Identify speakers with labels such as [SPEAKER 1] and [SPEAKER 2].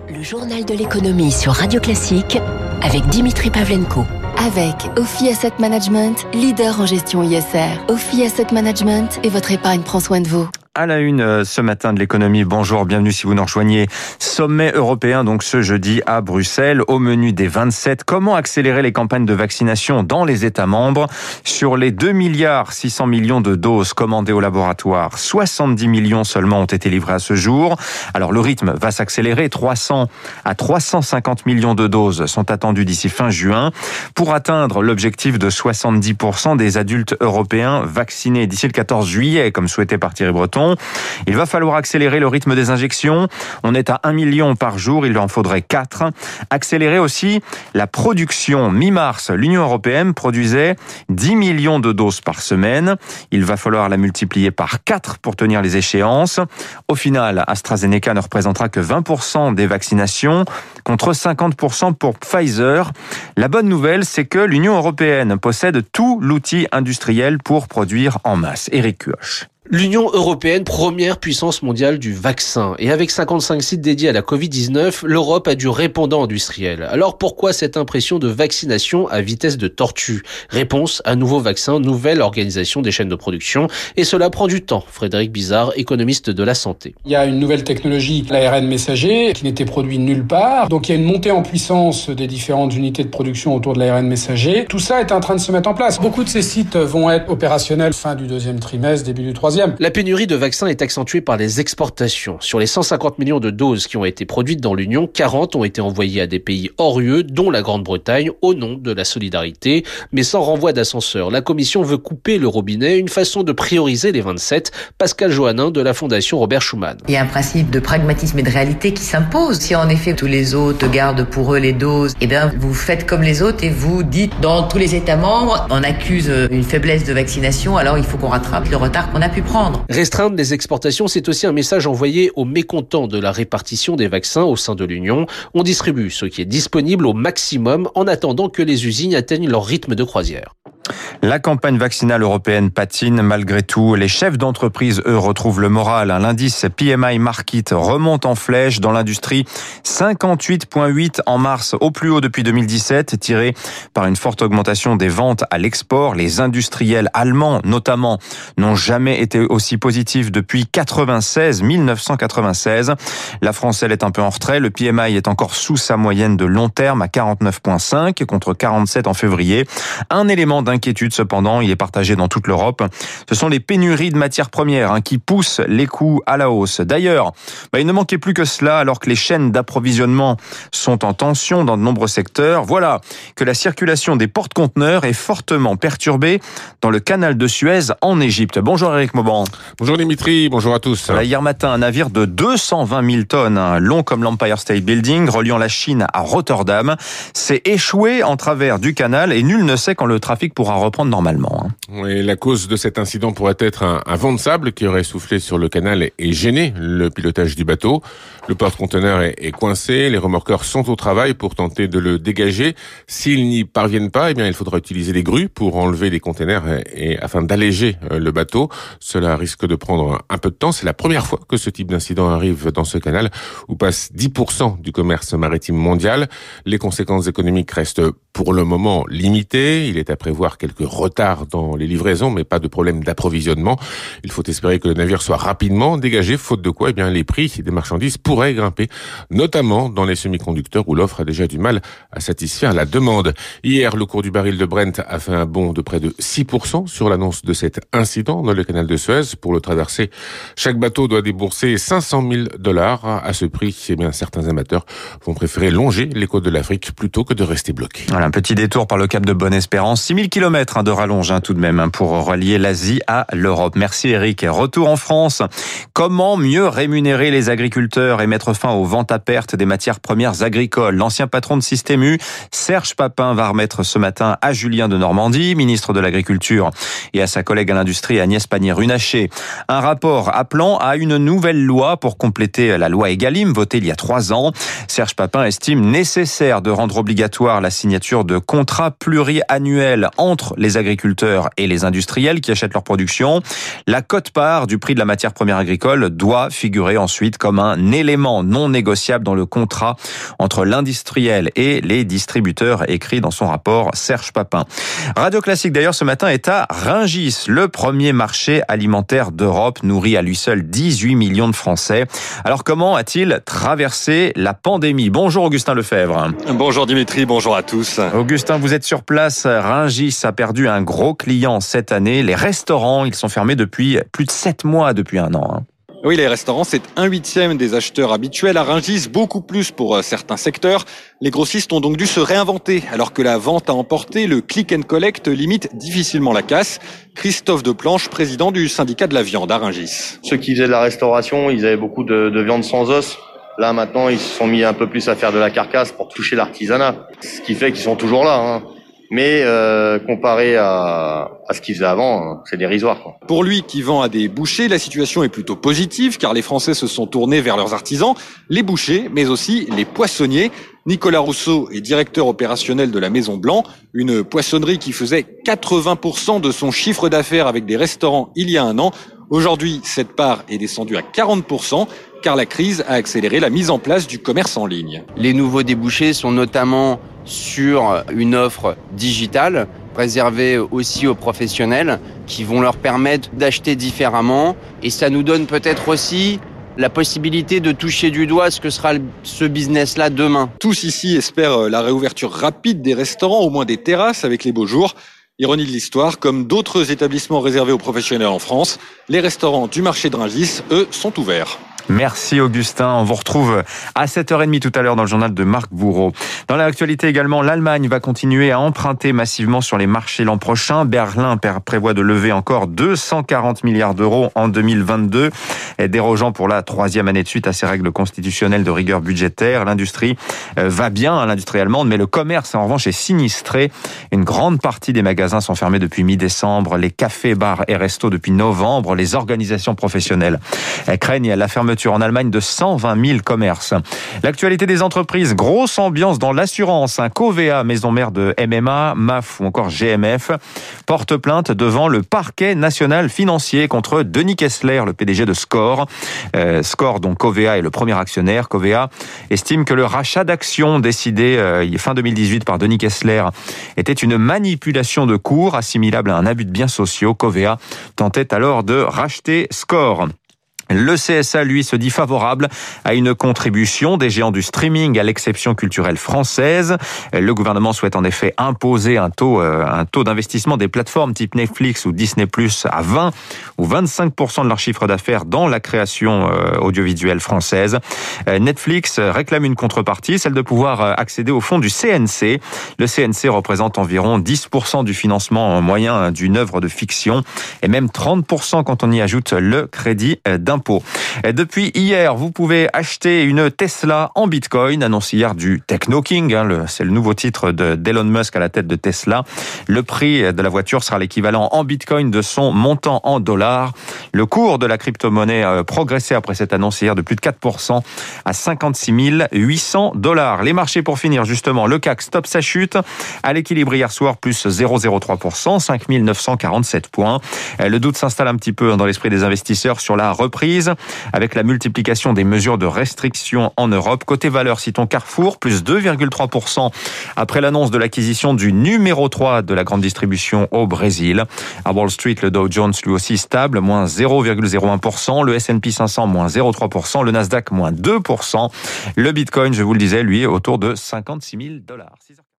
[SPEAKER 1] Le journal de l'économie sur Radio Classique avec Dimitri Pavlenko.
[SPEAKER 2] Avec Ophi Asset Management, leader en gestion ISR. Ophi Asset Management et votre épargne prend soin de vous.
[SPEAKER 3] À la une ce matin de l'économie, bonjour, bienvenue si vous nous rejoignez. Sommet européen donc ce jeudi à Bruxelles, au menu des 27. Comment accélérer les campagnes de vaccination dans les États membres? Sur les 2,6 milliards de doses commandées au laboratoire, 70 millions seulement ont été livrées à ce jour. Alors le rythme va s'accélérer, 300 à 350 millions de doses sont attendues d'ici fin juin pour atteindre l'objectif de 70% des adultes européens vaccinés d'ici le 14 juillet, comme souhaité par Thierry Breton. Il va falloir accélérer le rythme des injections. On est à 1 million par jour, il en faudrait 4. Accélérer aussi la production. Mi-mars, l'Union européenne produisait 10 millions de doses par semaine. Il va falloir la multiplier par 4 pour tenir les échéances. Au final, AstraZeneca ne représentera que 20% des vaccinations contre 50% pour Pfizer. La bonne nouvelle, c'est que l'Union européenne possède tout l'outil industriel pour produire en masse. Éric Cuoche.
[SPEAKER 4] L'Union européenne, première puissance mondiale du vaccin. Et avec 55 sites dédiés à la Covid-19, l'Europe a du répondant industriel. Alors pourquoi cette impression de vaccination à vitesse de tortue? Réponse, un nouveau vaccin, nouvelle organisation des chaînes de production. Et cela prend du temps. Frédéric Bizard, économiste de la santé.
[SPEAKER 5] Il y a une nouvelle technologie, l'ARN messager, qui n'était produit nulle part. Donc il y a une montée en puissance des différentes unités de production autour de l'ARN messager. Tout ça est en train de se mettre en place. Beaucoup de ces sites vont être opérationnels fin du deuxième trimestre, début du troisième.
[SPEAKER 4] La pénurie de vaccins est accentuée par les exportations. Sur les 150 millions de doses qui ont été produites dans l'Union, 40 ont été envoyées à des pays hors UE, dont la Grande-Bretagne, au nom de la solidarité. Mais sans renvoi d'ascenseur, la Commission veut couper le robinet, une façon de prioriser les 27. Pascal Joannin de la Fondation Robert Schuman.
[SPEAKER 6] Il y a un principe de pragmatisme et de réalité qui s'impose. Si en effet tous les autres gardent pour eux les doses, vous faites comme les autres et vous dites dans tous les États membres, on accuse une faiblesse de vaccination, alors il faut qu'on rattrape le retard qu'on a pu prendre.
[SPEAKER 4] Restreindre les exportations, c'est aussi un message envoyé aux mécontents de la répartition des vaccins au sein de l'Union. On distribue ce qui est disponible au maximum en attendant que les usines atteignent leur rythme de croisière.
[SPEAKER 3] La campagne vaccinale européenne patine malgré tout. Les chefs d'entreprise, eux, retrouvent le moral. L'indice PMI Market remonte en flèche dans l'industrie. 58,8 en mars, au plus haut depuis 2017, tiré par une forte augmentation des ventes à l'export. Les industriels allemands, notamment, n'ont jamais été aussi positifs depuis 1996. La France, elle, est un peu en retrait. Le PMI est encore sous sa moyenne de long terme à 49,5 contre 47 en février. Un élément d'inquiétude cependant, il est partagé dans toute l'Europe. Ce sont les pénuries de matières premières qui poussent les coûts à la hausse. D'ailleurs, il ne manquait plus que cela alors que les chaînes d'approvisionnement sont en tension dans de nombreux secteurs. Voilà que la circulation des porte-conteneurs est fortement perturbée dans le canal de Suez en Égypte. Bonjour Eric Mauban.
[SPEAKER 7] Bonjour Dimitri, bonjour à tous.
[SPEAKER 3] Hier matin, un navire de 220 000 tonnes, long comme l'Empire State Building, reliant la Chine à Rotterdam, s'est échoué en travers du canal et nul ne sait quand le trafic pourra reprendre normalement.
[SPEAKER 7] Oui, la cause de cet incident pourrait être un vent de sable qui aurait soufflé sur le canal et gêné le pilotage du bateau. Le porte-conteneur est coincé, les remorqueurs sont au travail pour tenter de le dégager. S'ils n'y parviennent pas, il faudra utiliser les grues pour enlever les conteneurs et afin d'alléger le bateau. Cela risque de prendre un peu de temps. C'est la première fois que ce type d'incident arrive dans ce canal où passe 10% du commerce maritime mondial. Les conséquences économiques restent pour le moment limitées. Il est à prévoir quelques retards dans les livraisons, mais pas de problème d'approvisionnement. Il faut espérer que le navire soit rapidement dégagé, faute de quoi, les prix des marchandises pourraient grimper, notamment dans les semi-conducteurs où l'offre a déjà du mal à satisfaire la demande. Hier, le cours du baril de Brent a fait un bond de près de 6% sur l'annonce de cet incident dans le canal de Suez. Pour le traverser, chaque bateau doit débourser $500 000. À ce prix, certains amateurs vont préférer longer les côtes de l'Afrique plutôt que de rester bloqués.
[SPEAKER 3] Voilà, un petit détour par le cap de Bonne-Espérance. 6000 km de rallonge tout de même pour relier l'Asie à l'Europe. Merci Eric. Retour en France. Comment mieux rémunérer les agriculteurs et mettre fin aux ventes à perte des matières premières agricoles? L'ancien patron de Système U, Serge Papin, va remettre ce matin à Julien de Normandie, ministre de l'Agriculture, et à sa collègue à l'industrie Agnès Pannier-Runacher, un rapport appelant à une nouvelle loi pour compléter la loi Egalim votée il y a 3 ans. Serge Papin estime nécessaire de rendre obligatoire la signature de contrats pluriannuels en entre les agriculteurs et les industriels qui achètent leur production. La quote-part du prix de la matière première agricole doit figurer ensuite comme un élément non négociable dans le contrat entre l'industriel et les distributeurs, écrit dans son rapport Serge Papin. Radio Classique d'ailleurs ce matin est à Rungis, le premier marché alimentaire d'Europe, nourrit à lui seul 18 millions de Français. Alors comment a-t-il traversé la pandémie ? Bonjour Augustin Lefebvre.
[SPEAKER 8] Bonjour Dimitri, bonjour à tous.
[SPEAKER 3] Augustin, vous êtes sur place. Rungis a perdu un gros client cette année. Les restaurants, ils sont fermés depuis plus de 7 mois, depuis un an.
[SPEAKER 8] Oui, les restaurants, c'est 1/8 des acheteurs habituels à Rungis, beaucoup plus pour certains secteurs. Les grossistes ont donc dû se réinventer, alors que la vente à emporter, le click and collect, limite difficilement la casse. Christophe Deplanche, président du syndicat de la viande à Rungis.
[SPEAKER 9] Ceux qui faisaient de la restauration, ils avaient beaucoup de viande sans os. Là, maintenant, ils se sont mis un peu plus à faire de la carcasse pour toucher l'artisanat. Ce qui fait qu'ils sont toujours là, Mais comparé à ce qu'ils faisaient avant, c'est dérisoire.
[SPEAKER 8] Pour lui, qui vend à des bouchers, la situation est plutôt positive, car les Français se sont tournés vers leurs artisans, les bouchers, mais aussi les poissonniers. Nicolas Rousseau est directeur opérationnel de la Maison Blanc, une poissonnerie qui faisait 80% de son chiffre d'affaires avec des restaurants il y a un an. Aujourd'hui, cette part est descendue à 40%, car la crise a accéléré la mise en place du commerce en ligne.
[SPEAKER 10] Les nouveaux débouchés sont notamment sur une offre digitale, réservée aussi aux professionnels, qui vont leur permettre d'acheter différemment. Et ça nous donne peut-être aussi la possibilité de toucher du doigt ce que sera ce business-là demain.
[SPEAKER 8] Tous ici espèrent la réouverture rapide des restaurants, au moins des terrasses avec les beaux jours. Ironie de l'histoire, comme d'autres établissements réservés aux professionnels en France, les restaurants du marché de Rungis, eux, sont ouverts.
[SPEAKER 3] Merci Augustin. On vous retrouve à 7h30 tout à l'heure dans le journal de Marc Bourreau. Dans l'actualité également, l'Allemagne va continuer à emprunter massivement sur les marchés l'an prochain. Berlin prévoit de lever encore 240 milliards d'euros en 2022, dérogeant pour la 3e année de suite à ses règles constitutionnelles de rigueur budgétaire. L'industrie va bien, l'industrie allemande, mais le commerce en revanche est sinistré. Une grande partie des magasins sont fermés depuis mi-décembre, les cafés, bars et restos depuis novembre. Les organisations professionnelles craignent la fermeture en Allemagne de 120 000 commerces. L'actualité des entreprises, grosse ambiance dans l'assurance. Covéa, maison mère de MMA, MAF ou encore GMF, porte plainte devant le parquet national financier contre Denis Kessler, le PDG de Score. Score, dont Covéa est le premier actionnaire. Covéa estime que le rachat d'actions décidé fin 2018 par Denis Kessler était une manipulation de cours assimilable à un abus de biens sociaux. Covéa tentait alors de racheter Score. Le CSA, lui, se dit favorable à une contribution des géants du streaming à l'exception culturelle française. Le gouvernement souhaite en effet imposer un taux d'investissement des plateformes type Netflix ou Disney+ à 20 ou 25% de leur chiffre d'affaires dans la création audiovisuelle française. Netflix réclame une contrepartie, celle de pouvoir accéder au fonds du CNC. Le CNC représente environ 10% du financement moyen d'une œuvre de fiction et même 30% quand on y ajoute le crédit d'impôt. Depuis hier, vous pouvez acheter une Tesla en Bitcoin, annonce hier du Techno King, c'est le nouveau titre d'Elon Musk à la tête de Tesla. Le prix de la voiture sera l'équivalent en Bitcoin de son montant en dollars. Le cours de la crypto-monnaie a progressé après cette annonce hier de plus de 4% à 56 800 $. Les marchés pour finir, justement, le CAC stoppe sa chute à l'équilibre hier soir, plus 0,03%, 5 947 points. Le doute s'installe un petit peu dans l'esprit des investisseurs sur la reprise avec la multiplication des mesures de restriction en Europe. Côté valeur, citons Carrefour, plus 2,3% après l'annonce de l'acquisition du numéro 3 de la grande distribution au Brésil. À Wall Street, le Dow Jones lui aussi stable, moins 0,01%, le S&P 500 moins 0,3%, le Nasdaq moins 2%. Le Bitcoin, je vous le disais, lui est autour de 56 000 $.